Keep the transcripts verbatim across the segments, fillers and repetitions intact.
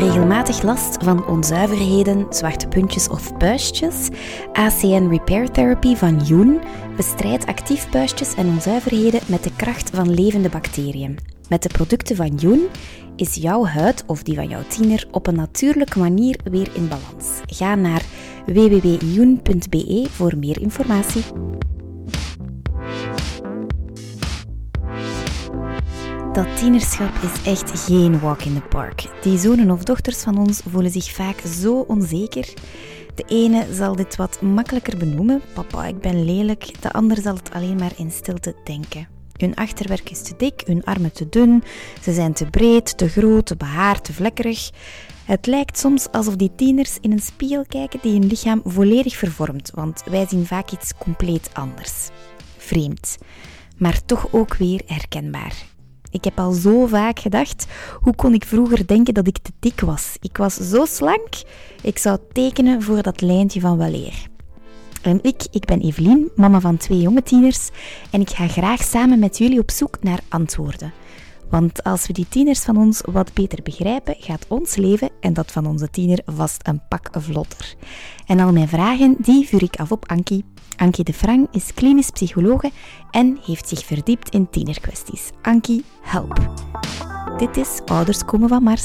regelmatig last van onzuiverheden, zwarte puntjes of puistjes? A C N Repair Therapy van Yoon bestrijdt actief puistjes en onzuiverheden met de kracht van levende bacteriën. Met de producten van Yoon is jouw huid of die van jouw tiener op een natuurlijke manier weer in balans. Ga naar w w w punt yoon punt b e voor meer informatie. Dat tienerschap is echt geen walk in the park. Die zonen of dochters van ons voelen zich vaak zo onzeker. De ene zal dit wat makkelijker benoemen, papa, ik ben lelijk. De ander zal het alleen maar in stilte denken. Hun achterwerk is te dik, hun armen te dun, ze zijn te breed, te groot, te behaard, te vlekkerig. Het lijkt soms alsof die tieners in een spiegel kijken die hun lichaam volledig vervormt, want wij zien vaak iets compleet anders. Vreemd, maar toch ook weer herkenbaar. Ik heb al zo vaak gedacht, hoe kon ik vroeger denken dat ik te dik was? Ik was zo slank, ik zou tekenen voor dat lijntje van weleer. En ik, ik ben Evelien, mama van twee jonge tieners, en ik ga graag samen met jullie op zoek naar antwoorden. Want als we die tieners van ons wat beter begrijpen, gaat ons leven en dat van onze tiener vast een pak vlotter. En al mijn vragen, die vuur ik af op Ankie. Ankie de Frank is klinisch psychologe en heeft zich verdiept in tienerkwesties. Ankie, help. Dit is Ouders komen van Mars.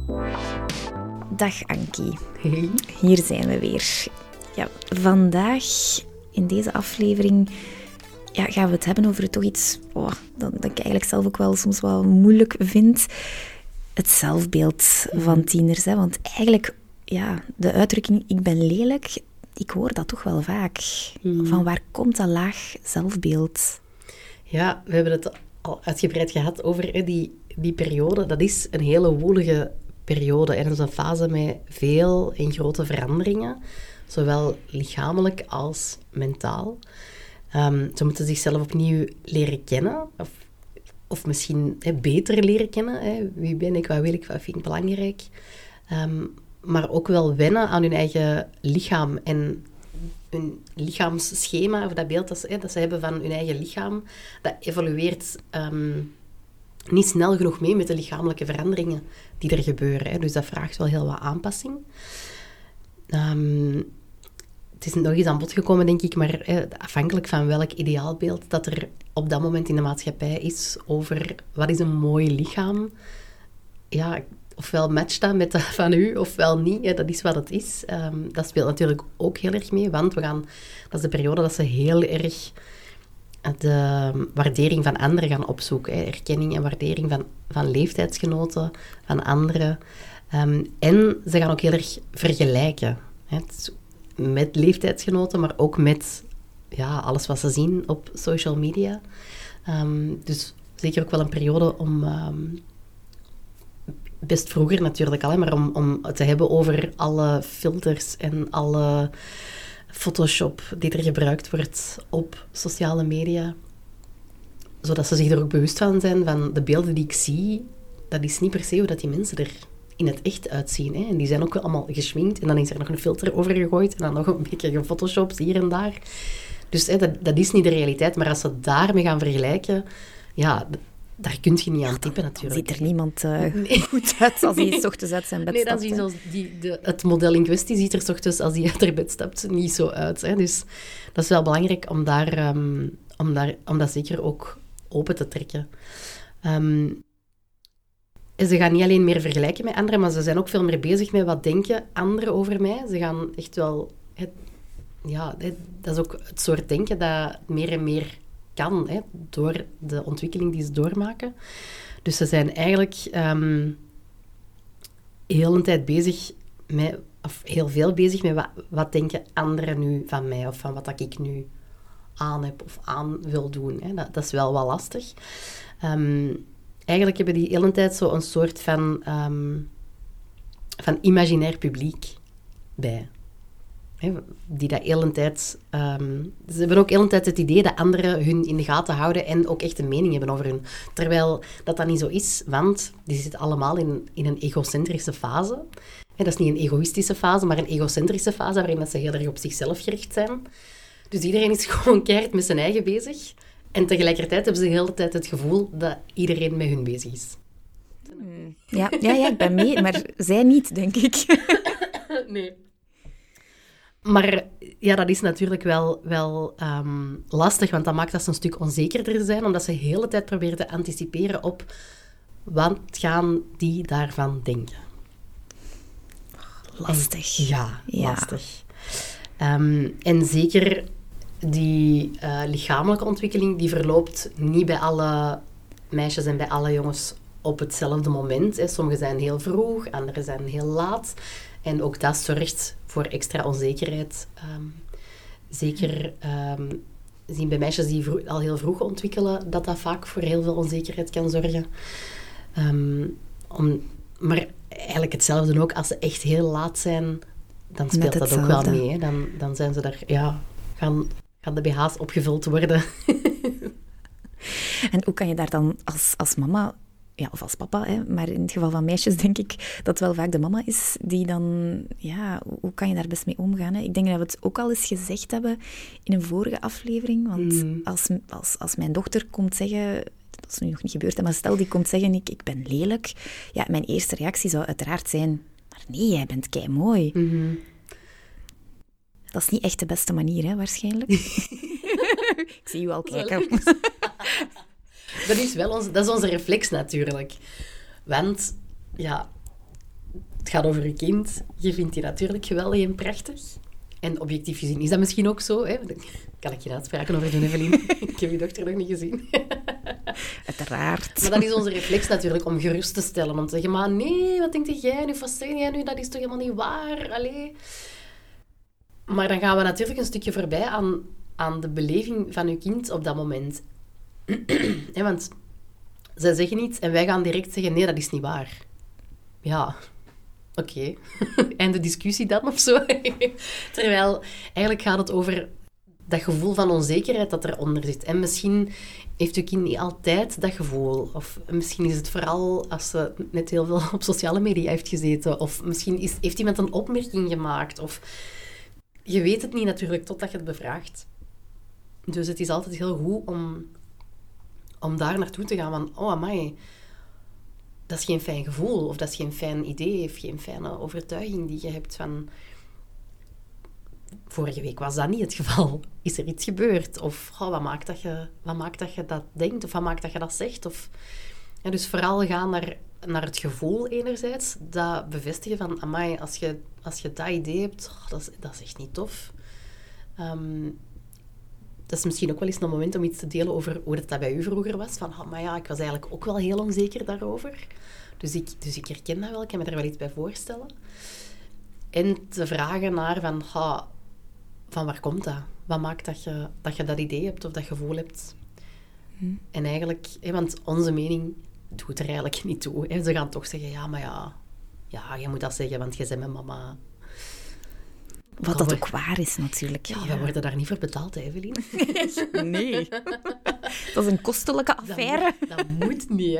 Dag Ankie. Hey. Hier zijn we weer. Ja, vandaag in deze aflevering ja, gaan we het hebben over toch iets oh, dat, dat ik eigenlijk zelf ook wel soms wel moeilijk vind. Het zelfbeeld van tieners. Hè? Want eigenlijk, ja, de uitdrukking ik ben lelijk, ik hoor dat toch wel vaak. Mm. Van waar komt dat laag zelfbeeld? Ja, we hebben het al uitgebreid gehad over hè, die, die periode. Dat is een hele woelige periode. En dat is een fase met veel en grote veranderingen. Zowel lichamelijk als mentaal. Um, ze moeten zichzelf opnieuw leren kennen. Of, of misschien hè, beter leren kennen. Hè. Wie ben ik, wat wil ik, wat vind ik belangrijk. Um, maar ook wel wennen aan hun eigen lichaam. En hun lichaamsschema, of dat beeld dat ze, hè, dat ze hebben van hun eigen lichaam, dat evolueert um, niet snel genoeg mee met de lichamelijke veranderingen die er gebeuren. Hè. Dus dat vraagt wel heel wat aanpassing. Um, het is nog eens aan bod gekomen, denk ik, maar eh, afhankelijk van welk ideaalbeeld dat er op dat moment in de maatschappij is over wat is een mooi lichaam. Ja, ofwel matcht dat met dat van u, ofwel niet. Ja, dat is wat het is. Um, dat speelt natuurlijk ook heel erg mee, want we gaan, dat is de periode dat ze heel erg de waardering van anderen gaan opzoeken. Hè. Erkenning en waardering van, van leeftijdsgenoten, van anderen. Um, en ze gaan ook heel erg vergelijken. Hè, met leeftijdsgenoten, maar ook met ja, alles wat ze zien op social media. Um, dus zeker ook wel een periode om, um, best vroeger natuurlijk al, hè, maar om, om het te hebben over alle filters en alle Photoshop die er gebruikt wordt op sociale media. Zodat ze zich er ook bewust van zijn van de beelden die ik zie, dat is niet per se hoe dat die mensen er in het echt uitzien. Hè. En die zijn ook wel allemaal geschminkt. En dan is er nog een filter over gegooid. En dan nog een beetje gefotoshopt hier en daar. Dus hè, dat, dat is niet de realiteit. Maar als ze daarmee gaan vergelijken, ja, d- daar kun je niet aan tippen natuurlijk. Dan ziet er niemand uh, nee. goed uit als hij 's ochtends uit zijn bed nee, stapt. Nee, dan zie je die, de, het model in kwestie ziet er 's ochtends, als hij uit haar bed stapt, niet zo uit. Hè. Dus dat is wel belangrijk om, daar, um, om, daar, om dat zeker ook open te trekken. Um, En ze gaan niet alleen meer vergelijken met anderen, maar ze zijn ook veel meer bezig met wat denken anderen over mij. Ze gaan echt wel... Het, ja, het, dat is ook het soort denken dat meer en meer kan, hè, door de ontwikkeling die ze doormaken. Dus ze zijn eigenlijk um, heel een tijd bezig met... Of heel veel bezig met wat, wat denken anderen nu van mij, of van wat ik nu aan heb of aan wil doen. Hè. Dat, dat is wel wat lastig. Um, Eigenlijk hebben die de hele tijd zo een soort van, um, van imaginair publiek bij. He, die dat de hele tijd... Um, ze hebben ook de hele tijd het idee dat anderen hun in de gaten houden en ook echt een mening hebben over hun. Terwijl dat dat niet zo is, want die zitten allemaal in, in een egocentrische fase. He, dat is niet een egoïstische fase, maar een egocentrische fase waarin dat ze heel erg op zichzelf gericht zijn. Dus iedereen is gewoon keihard met zijn eigen bezig. En tegelijkertijd hebben ze de hele tijd het gevoel dat iedereen met hun bezig is. Hmm. Ja, ja, ja, ik ben mee, maar zij niet, denk ik. Nee. Maar ja, dat is natuurlijk wel, wel um, lastig, want dat maakt dat ze een stuk onzekerder zijn, omdat ze de hele tijd proberen te anticiperen op wat gaan die daarvan denken. Lastig. En, ja, ja, lastig. Um, en zeker die uh, lichamelijke ontwikkeling, die verloopt niet bij alle meisjes en bij alle jongens op hetzelfde moment. Hè. Sommigen zijn heel vroeg, anderen zijn heel laat. En ook dat zorgt voor extra onzekerheid. Um, zeker um, zien bij meisjes die vro- al heel vroeg ontwikkelen, dat dat vaak voor heel veel onzekerheid kan zorgen. Um, om, maar eigenlijk hetzelfde ook, als ze echt heel laat zijn, dan speelt dat ook wel mee. Hè. Dan, dan zijn ze daar, ja, gaan, gaan de B H's opgevuld worden. En hoe kan je daar dan als, als mama... Ja, of als papa, hè. Maar in het geval van meisjes denk ik dat het wel vaak de mama is die dan... Ja, hoe kan je daar best mee omgaan? Hè? Ik denk dat we het ook al eens gezegd hebben in een vorige aflevering. Want mm. als, als, als mijn dochter komt zeggen... Dat is nu nog niet gebeurd, hè, maar stel die komt zeggen ik, ik ben lelijk. Ja, mijn eerste reactie zou uiteraard zijn... Maar nee, jij bent kei-mooi. Mm-hmm. Dat is niet echt de beste manier, hè, waarschijnlijk. Ik zie u al kijken. Dat is wel ons, dat is onze reflex natuurlijk. Want, ja, het gaat over je kind. Je vindt die natuurlijk geweldig en prachtig. En objectief gezien is dat misschien ook zo. Hè? Daar kan ik geen uitspraken over doen, Evelien. Ik heb je dochter nog niet gezien. Uiteraard. Maar dat is onze reflex natuurlijk, om gerust te stellen. Om te zeggen, maar nee, wat denk jij nu? Wat zeg jij nu? Dat is toch helemaal niet waar? Allee. Maar dan gaan we natuurlijk een stukje voorbij aan, aan de beleving van je kind op dat moment. Ja, want zij zeggen iets en wij gaan direct zeggen, nee, dat is niet waar. Ja, oké. Okay. Einde discussie dan of zo. Terwijl, eigenlijk gaat het over dat gevoel van onzekerheid dat eronder zit. En misschien heeft uw kind niet altijd dat gevoel. Of misschien is het vooral als ze net heel veel op sociale media heeft gezeten. Of misschien is, heeft iemand een opmerking gemaakt. Of je weet het niet natuurlijk totdat je het bevraagt. Dus het is altijd heel goed om... om daar naartoe te gaan van, oh amai, dat is geen fijn gevoel, of dat is geen fijn idee, of geen fijne overtuiging die je hebt van... Vorige week was dat niet het geval. Is er iets gebeurd? Of oh, wat, maakt dat je, wat maakt dat je dat denkt? Of wat maakt dat je dat zegt? Of, ja, dus vooral gaan naar, naar het gevoel enerzijds, dat bevestigen van, amai, als je, als je dat idee hebt, oh, dat, is, dat is echt niet tof. Um, Dat is misschien ook wel eens een moment om iets te delen over hoe dat bij u vroeger was. Van, oh, maar ja, ik was eigenlijk ook wel heel onzeker daarover. Dus ik, dus ik herken dat wel, ik kan me daar wel iets bij voorstellen. En te vragen naar van, oh, van waar komt dat? Wat maakt dat je, dat je dat idee hebt of dat gevoel hebt? Hm. En eigenlijk, hè, want onze mening doet er eigenlijk niet toe. Hè. Ze gaan toch zeggen, ja, maar ja, ja, je moet dat zeggen, want je bent mijn mama. Wat dat ook waar is, natuurlijk. Ja, ja. We worden daar niet voor betaald, hè, Evelien? Nee. Dat is een kostelijke affaire. Dat moet, dat moet niet, hè.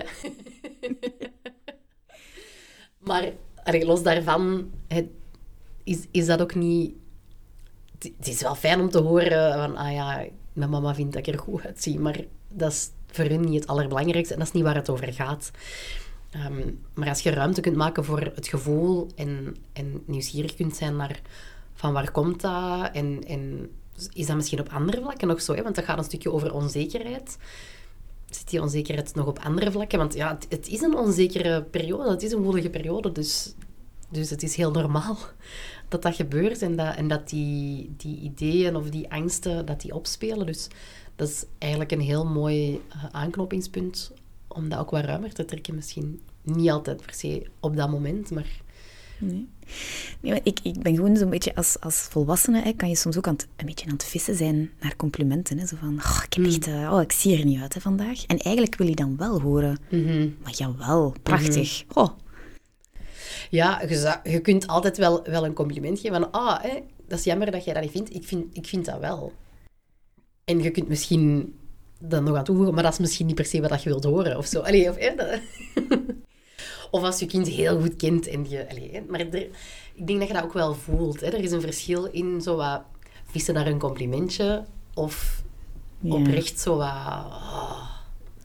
Maar, allee, los daarvan, het, is, is dat ook niet... Het is wel fijn om te horen van, ah ja, mijn mama vindt dat ik er goed uitzie, maar dat is voor hun niet het allerbelangrijkste en dat is niet waar het over gaat. Um, maar als je ruimte kunt maken voor het gevoel en, en nieuwsgierig kunt zijn naar... Van waar komt dat? En, en is dat misschien op andere vlakken nog zo? Hè? Want dat gaat een stukje over onzekerheid. Zit die onzekerheid nog op andere vlakken? Want ja, het, het is een onzekere periode. Het is een woelige periode. Dus, dus het is heel normaal dat dat gebeurt. En dat, en dat die, die ideeën of die angsten, dat die opspelen. Dus dat is eigenlijk een heel mooi uh, aanknopingspunt. Om dat ook wat ruimer te trekken misschien. Niet altijd per se op dat moment, maar... Nee. Nee, maar ik, ik ben gewoon zo'n beetje als, als volwassene, hè, kan je soms ook aan het, een beetje aan het vissen zijn naar complimenten. Hè, zo van, oh, ik, heb echt, uh, oh, ik zie er niet uit hè, vandaag. En eigenlijk wil je dan wel horen. Mm-hmm. Maar jawel, prachtig. Mm-hmm. Oh. Ja, je, zou, je kunt altijd wel, wel een compliment geven van, ah, hè, dat is jammer dat jij dat niet vindt. Ik vind, ik vind dat wel. En je kunt misschien dan nog aan toevoegen, maar dat is misschien niet per se wat je wilt horen of zo. Allee, of, hè, dat... Of als je kind heel goed kent. En je, allez, maar er, ik denk dat je dat ook wel voelt. Hè. Er is een verschil in zo wat vissen naar een complimentje. Of ja. Oprecht zo wat... Oh,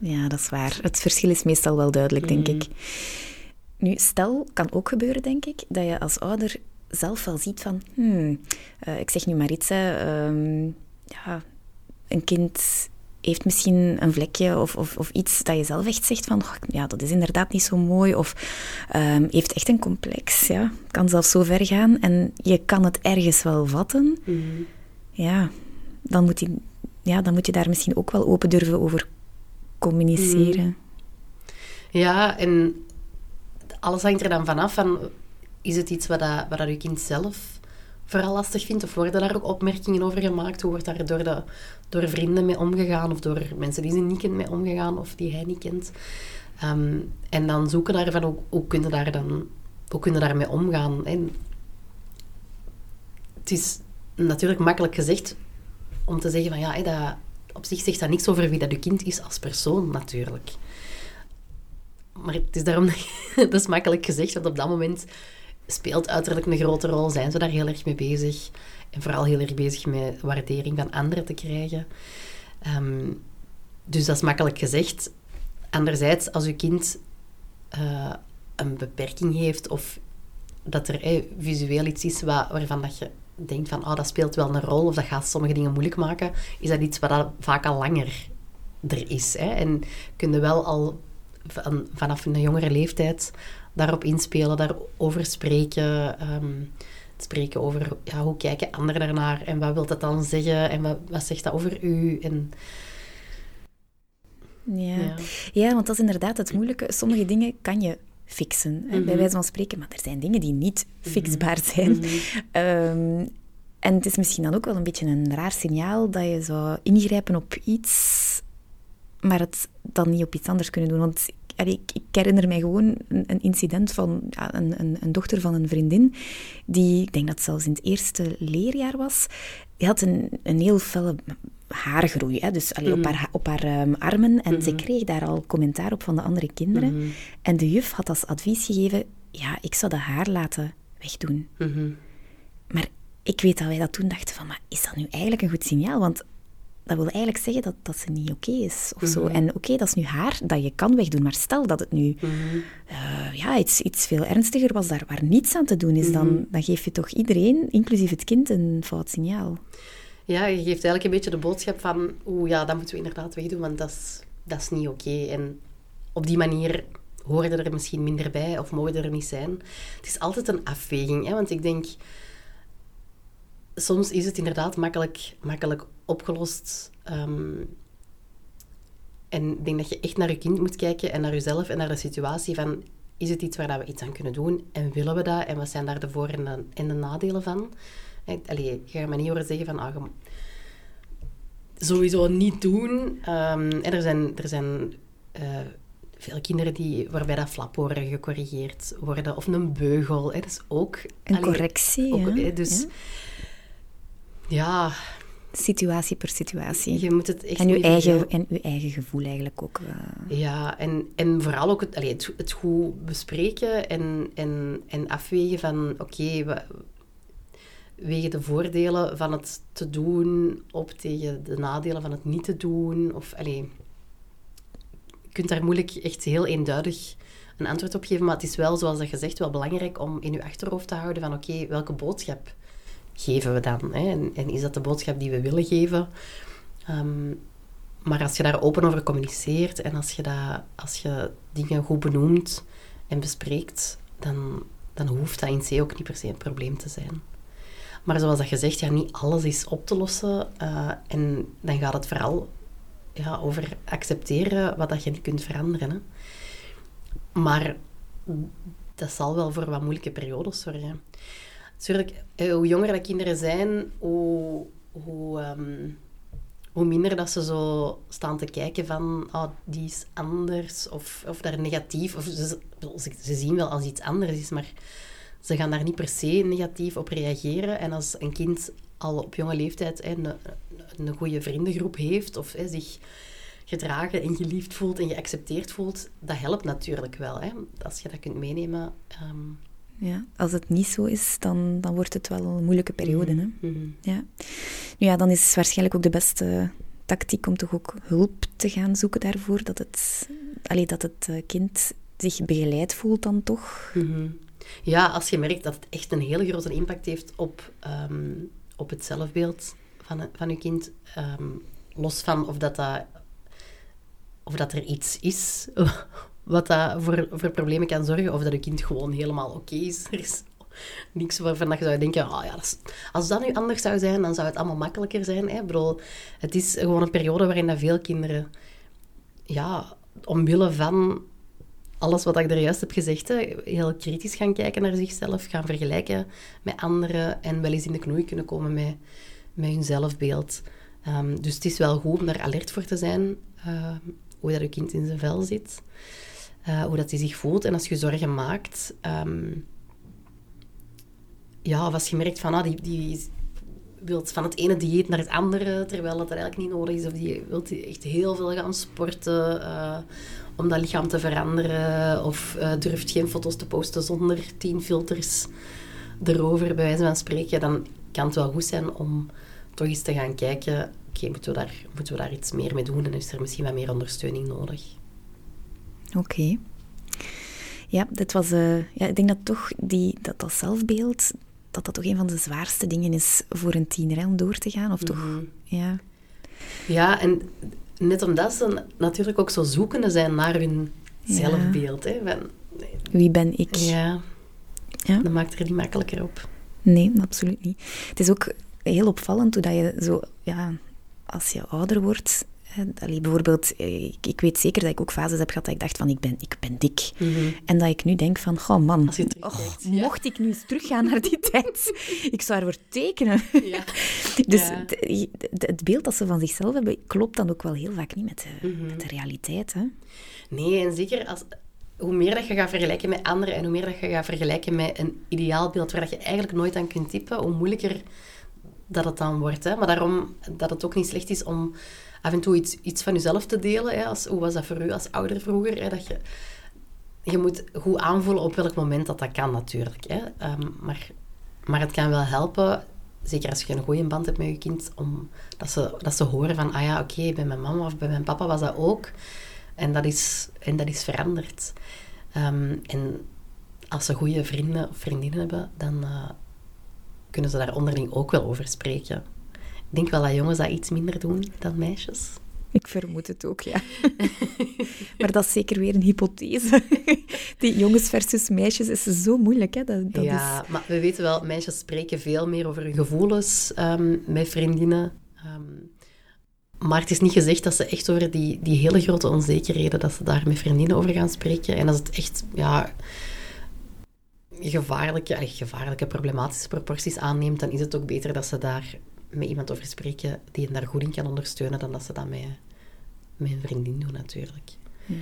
Ja, dat is waar. Het verschil is meestal wel duidelijk, denk Mm. ik. Nu, stel, kan ook gebeuren, denk ik, dat je als ouder zelf wel ziet van... Hmm, uh, ik zeg nu maar iets, hè, um, ja, een kind heeft misschien een vlekje of, of, of iets dat je zelf echt zegt van... Oh, ja, dat is inderdaad niet zo mooi. Of um, heeft echt een complex, ja. Kan zelfs zo ver gaan. En je kan het ergens wel vatten. Mm. Ja, dan moet, je, ja, dan moet je daar misschien ook wel open durven over communiceren. Mm. Ja, en alles hangt er dan vanaf van... Is het iets wat, dat, wat dat je kind zelf vooral lastig vindt? Of worden daar ook opmerkingen over gemaakt? Hoe wordt daar door, de, door vrienden mee omgegaan? Of door mensen die ze niet kent mee omgegaan? Of die hij niet kent? Um, en dan zoeken daarvan ook... Hoe kun je daar dan... Hoe kun je daarmee omgaan? En het is natuurlijk makkelijk gezegd om te zeggen van... Ja, hey, dat, op zich zegt dat niks over wie dat je kind is als persoon, natuurlijk. Maar het is daarom... dat is makkelijk gezegd, want op dat moment... speelt uiterlijk een grote rol, zijn ze daar heel erg mee bezig. En vooral heel erg bezig met waardering van anderen te krijgen. Um, dus dat is makkelijk gezegd. Anderzijds, als uw kind uh, een beperking heeft of dat er eh, visueel iets is waar, waarvan dat je denkt van oh, dat speelt wel een rol of dat gaat sommige dingen moeilijk maken, is dat iets wat dat vaak al langer er is. Hè? En kun je wel al van, vanaf een jongere leeftijd daarop inspelen, daarover spreken. Um, spreken over ja, hoe kijken anderen daarnaar en wat wil dat dan zeggen en wat, wat zegt dat over u. En... Ja. Ja. ja, want dat is inderdaad het moeilijke. Sommige dingen kan je fixen, mm-hmm. hè, bij wijze van spreken, maar er zijn dingen die niet fixbaar zijn. Mm-hmm. Um, en het is misschien dan ook wel een beetje een raar signaal dat je zou ingrijpen op iets, maar het dan niet op iets anders kunnen doen. Want ik, ik herinner mij gewoon een, een incident van ja, een, een, een dochter van een vriendin, die, ik denk dat het zelfs in het eerste leerjaar was, die had een, een heel felle haargroei, hè, dus allee, mm-hmm. op haar, op haar um, armen. En mm-hmm. ze kreeg daar al commentaar op van de andere kinderen. Mm-hmm. En de juf had als advies gegeven, ja, ik zou dat haar laten wegdoen. Mm-hmm. Maar ik weet dat wij dat toen dachten van, maar is dat nu eigenlijk een goed signaal? Want dat wil eigenlijk zeggen dat, dat ze niet oké okay is, of mm-hmm. zo. En oké, okay, dat is nu haar, dat je kan wegdoen. Maar stel dat het nu mm-hmm. uh, ja, iets, iets veel ernstiger was, daar waar niets aan te doen is, mm-hmm. dan, dan geef je toch iedereen, inclusief het kind, een fout signaal. Ja, je geeft eigenlijk een beetje de boodschap van... Oeh, ja, dat moeten we inderdaad wegdoen, want dat is, dat is niet oké. Okay. En op die manier horen er misschien minder bij of mogen er niet zijn. Het is altijd een afweging, hè, want ik denk... Soms is het inderdaad makkelijk, makkelijk opgelost. Um, en ik denk dat je echt naar je kind moet kijken en naar jezelf en naar de situatie van... Is het iets waar dat we iets aan kunnen doen? En willen we dat? En wat zijn daar de voor- en de, en de nadelen van? Allee, je gaat me niet horen zeggen van... Ah, sowieso niet doen. Um, en er zijn, er zijn uh, veel kinderen die, waarbij dat flaporen gecorrigeerd worden. Of een beugel. Hè, dat is ook... Een allee, correctie, ook, ja. Dus... Ja... ja situatie per situatie. Je moet het echt en, uw eigen, en uw eigen gevoel eigenlijk ook. Uh... Ja, en, en vooral ook het, allee, het, het goed bespreken en, en, en afwegen van... Oké, okay, we... wegen de voordelen van het te doen op tegen de nadelen van het niet te doen. Of, allee, je kunt daar moeilijk echt heel eenduidig een antwoord op geven, maar het is wel, zoals dat gezegd, wel belangrijk om in je achterhoofd te houden van oké, okay, welke boodschap geven we dan? Hè? En, en is dat de boodschap die we willen geven? Um, maar als je daar open over communiceert en als je, dat, als je dingen goed benoemt en bespreekt, dan, dan hoeft dat in zee ook niet per se een probleem te zijn. Maar zoals dat gezegd, ja, niet alles is op te lossen. Uh, en dan gaat het vooral ja, over accepteren wat dat je niet kunt veranderen. Hè. Maar dat zal wel voor wat moeilijke periodes zorgen. Natuurlijk, hoe jonger dat kinderen zijn, hoe, hoe, um, hoe minder dat ze zo staan te kijken van oh, die is anders of, of daar negatief. Of ze, ze zien wel als iets anders is, maar... Ze gaan daar niet per se negatief op reageren. En als een kind al op jonge leeftijd hè, een, een goede vriendengroep heeft of hè, zich gedragen en geliefd voelt en geaccepteerd voelt, dat helpt natuurlijk wel. Hè, als je dat kunt meenemen. Um... Ja, als het niet zo is, dan, dan wordt het wel een moeilijke periode. Hè? Mm-hmm. Ja. Nu ja, dan is waarschijnlijk ook de beste tactiek om toch ook hulp te gaan zoeken daarvoor, dat het, allee, dat het kind zich begeleid voelt dan toch? Mm-hmm. Ja, als je merkt dat het echt een hele grote impact heeft op, um, op het zelfbeeld van, van je kind, um, los van of dat, dat, of dat er iets is wat dat voor, voor problemen kan zorgen, of dat je kind gewoon helemaal oké okay is. Er is niks waarvan dat je zou denken, oh ja, dat is, als dat nu anders zou zijn, dan zou het allemaal makkelijker zijn. Hè? Ik bedoel, het is gewoon een periode waarin dat veel kinderen, ja, omwille van alles wat ik er juist heb gezegd, hè, heel kritisch gaan kijken naar zichzelf, gaan vergelijken met anderen en wel eens in de knoei kunnen komen met, met hun zelfbeeld. Um, dus het is wel goed om daar alert voor te zijn, uh, hoe dat je kind in zijn vel zit, uh, hoe dat hij zich voelt. En als je zorgen maakt, um, ja, of als je merkt van, ah, die, die wilt van het ene dieet naar het andere, terwijl dat eigenlijk niet nodig is, of die wilt echt heel veel gaan sporten, uh, om dat lichaam te veranderen, of uh, durft geen foto's te posten zonder tien filters erover, bij wijze van spreken, dan kan het wel goed zijn om toch eens te gaan kijken, oké, okay, moeten we daar, moeten we daar iets meer mee doen en is er misschien wat meer ondersteuning nodig. Oké. Okay. Ja, dit was, uh, ja, ik denk dat toch die, dat, dat zelfbeeld, dat dat toch een van de zwaarste dingen is voor een tiener, hè, om door te gaan, of mm-hmm. toch, ja. Ja, en net omdat ze natuurlijk ook zo zoekende zijn naar hun ja. zelfbeeld. Hè, van, nee. Wie ben ik? Ja. ja, dat maakt er niet makkelijker op. Nee, absoluut niet. Het is ook heel opvallend hoe dat je zo, ja, als je ouder wordt, hè, allee, bijvoorbeeld, ik, ik weet zeker dat ik ook fases heb gehad dat ik dacht van, ik ben, ik ben dik. Mm-hmm. En dat ik nu denk van, oh man, oh, ja. mocht ik nu eens teruggaan naar die tijd, ik zou ervoor tekenen. Ja. Dus ja. het, het beeld dat ze van zichzelf hebben, klopt dan ook wel heel vaak niet met de, mm-hmm. met de realiteit. Hè? Nee, en zeker als, hoe meer dat je gaat vergelijken met anderen en hoe meer dat je gaat vergelijken met een ideaalbeeld waar dat je eigenlijk nooit aan kunt tippen, hoe moeilijker dat het dan wordt. Hè? Maar daarom dat het ook niet slecht is om af en toe iets, iets van jezelf te delen. Hè? Als, hoe was dat voor u als ouder vroeger? Hè? Dat je, je moet goed aanvoelen op welk moment dat dat kan natuurlijk. Hè? Um, maar, maar het kan wel helpen, zeker als je een goede band hebt met je kind, om, dat, ze, dat ze horen van, ah ja, oké, okay, bij mijn mama of bij mijn papa was dat ook. En dat is, en dat is veranderd. Um, en als ze goede vrienden of vriendinnen hebben, dan uh, kunnen ze daar onderling ook wel over spreken. Ik denk wel dat jongens dat iets minder doen dan meisjes. Ik vermoed het ook, ja. Maar dat is zeker weer een hypothese. Die jongens versus meisjes is zo moeilijk, hè? Dat, dat ja, is... maar we weten wel, meisjes spreken veel meer over hun gevoelens um, met vriendinnen. Um, maar het is niet gezegd dat ze echt over die, die hele grote onzekerheden, dat ze daar met vriendinnen over gaan spreken. En als het echt, ja, gevaarlijke, eh, gevaarlijke, problematische proporties aanneemt, dan is het ook beter dat ze daar met iemand over spreken die hen daar goed in kan ondersteunen, dan dat ze dat met, met een vriendin doen, natuurlijk. Ja.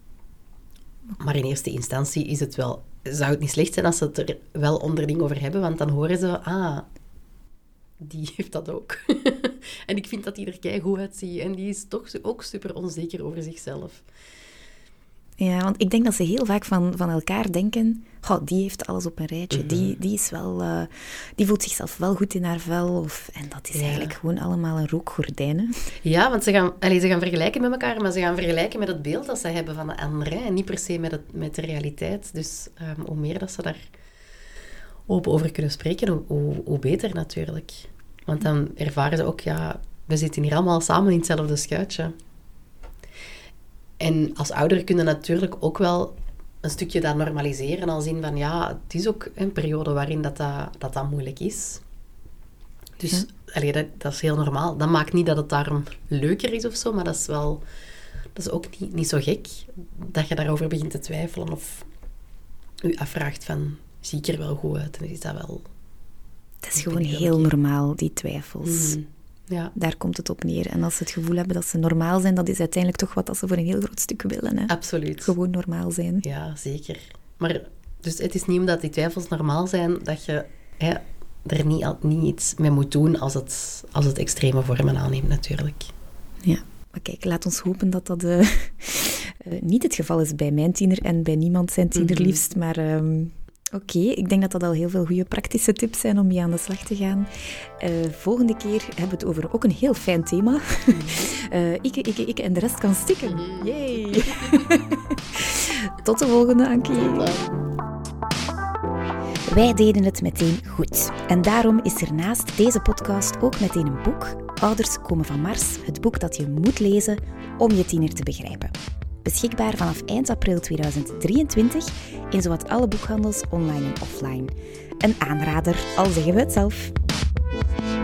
Maar in eerste instantie is het wel, zou het niet slecht zijn als ze het er wel onderling over hebben, want dan horen ze, ah, die heeft dat ook. En ik vind dat die er keigoed uitziet. En die is toch ook super onzeker over zichzelf. Ja, want ik denk dat ze heel vaak van, van elkaar denken, oh, die heeft alles op een rijtje, mm-hmm. die, die, is wel, uh, die voelt zichzelf wel goed in haar vel. Of, en dat is ja. eigenlijk gewoon allemaal een rookgordijn. Hè? Ja, want ze gaan, allez, ze gaan vergelijken met elkaar, maar ze gaan vergelijken met het beeld dat ze hebben van de andere. En niet per se met, het, met de realiteit. Dus um, hoe meer dat ze daar open over kunnen spreken, hoe, hoe, hoe beter natuurlijk. Want dan ervaren ze ook, ja, we zitten hier allemaal samen in hetzelfde schuitje. En als ouder kunnen natuurlijk ook wel een stukje dat normaliseren, al zien van, ja, het is ook een periode waarin dat, dat, dat, dat moeilijk is. Dus ja. allee, dat, dat is heel normaal. Dat maakt niet dat het daarom leuker is of zo, maar dat is wel, dat is ook niet, niet zo gek dat je daarover begint te twijfelen of je afvraagt van, zie ik er wel goed uit? En is dat wel... Het is gewoon heel normaal, die twijfels. Mm, ja. Daar komt het op neer. En als ze het gevoel hebben dat ze normaal zijn, dat is uiteindelijk toch wat dat ze voor een heel groot stuk willen. Hè? Absoluut. Gewoon normaal zijn. Ja, zeker. Maar dus het is niet omdat die twijfels normaal zijn, dat je hè, er niet, niet iets mee moet doen als het, als het extreme vormen aanneemt, natuurlijk. Ja, maar kijk, laat ons hopen dat dat uh, uh, niet het geval is bij mijn tiener en bij niemand zijn tiener liefst, mm-hmm. maar... Um, Oké, okay, ik denk dat dat al heel veel goede praktische tips zijn om mee aan de slag te gaan. Uh, volgende keer hebben we het over ook een heel fijn thema. Uh, ikke, ikke, ikke en de rest kan stikken. Yay! Tot de volgende, Ankie. Wij deden het meteen goed. En daarom is er naast deze podcast ook meteen een boek. Ouders komen van Mars, het boek dat je moet lezen om je tiener te begrijpen. Beschikbaar vanaf eind april tweeduizend drieëntwintig in zowat alle boekhandels online en offline. Een aanrader, al zeggen we het zelf.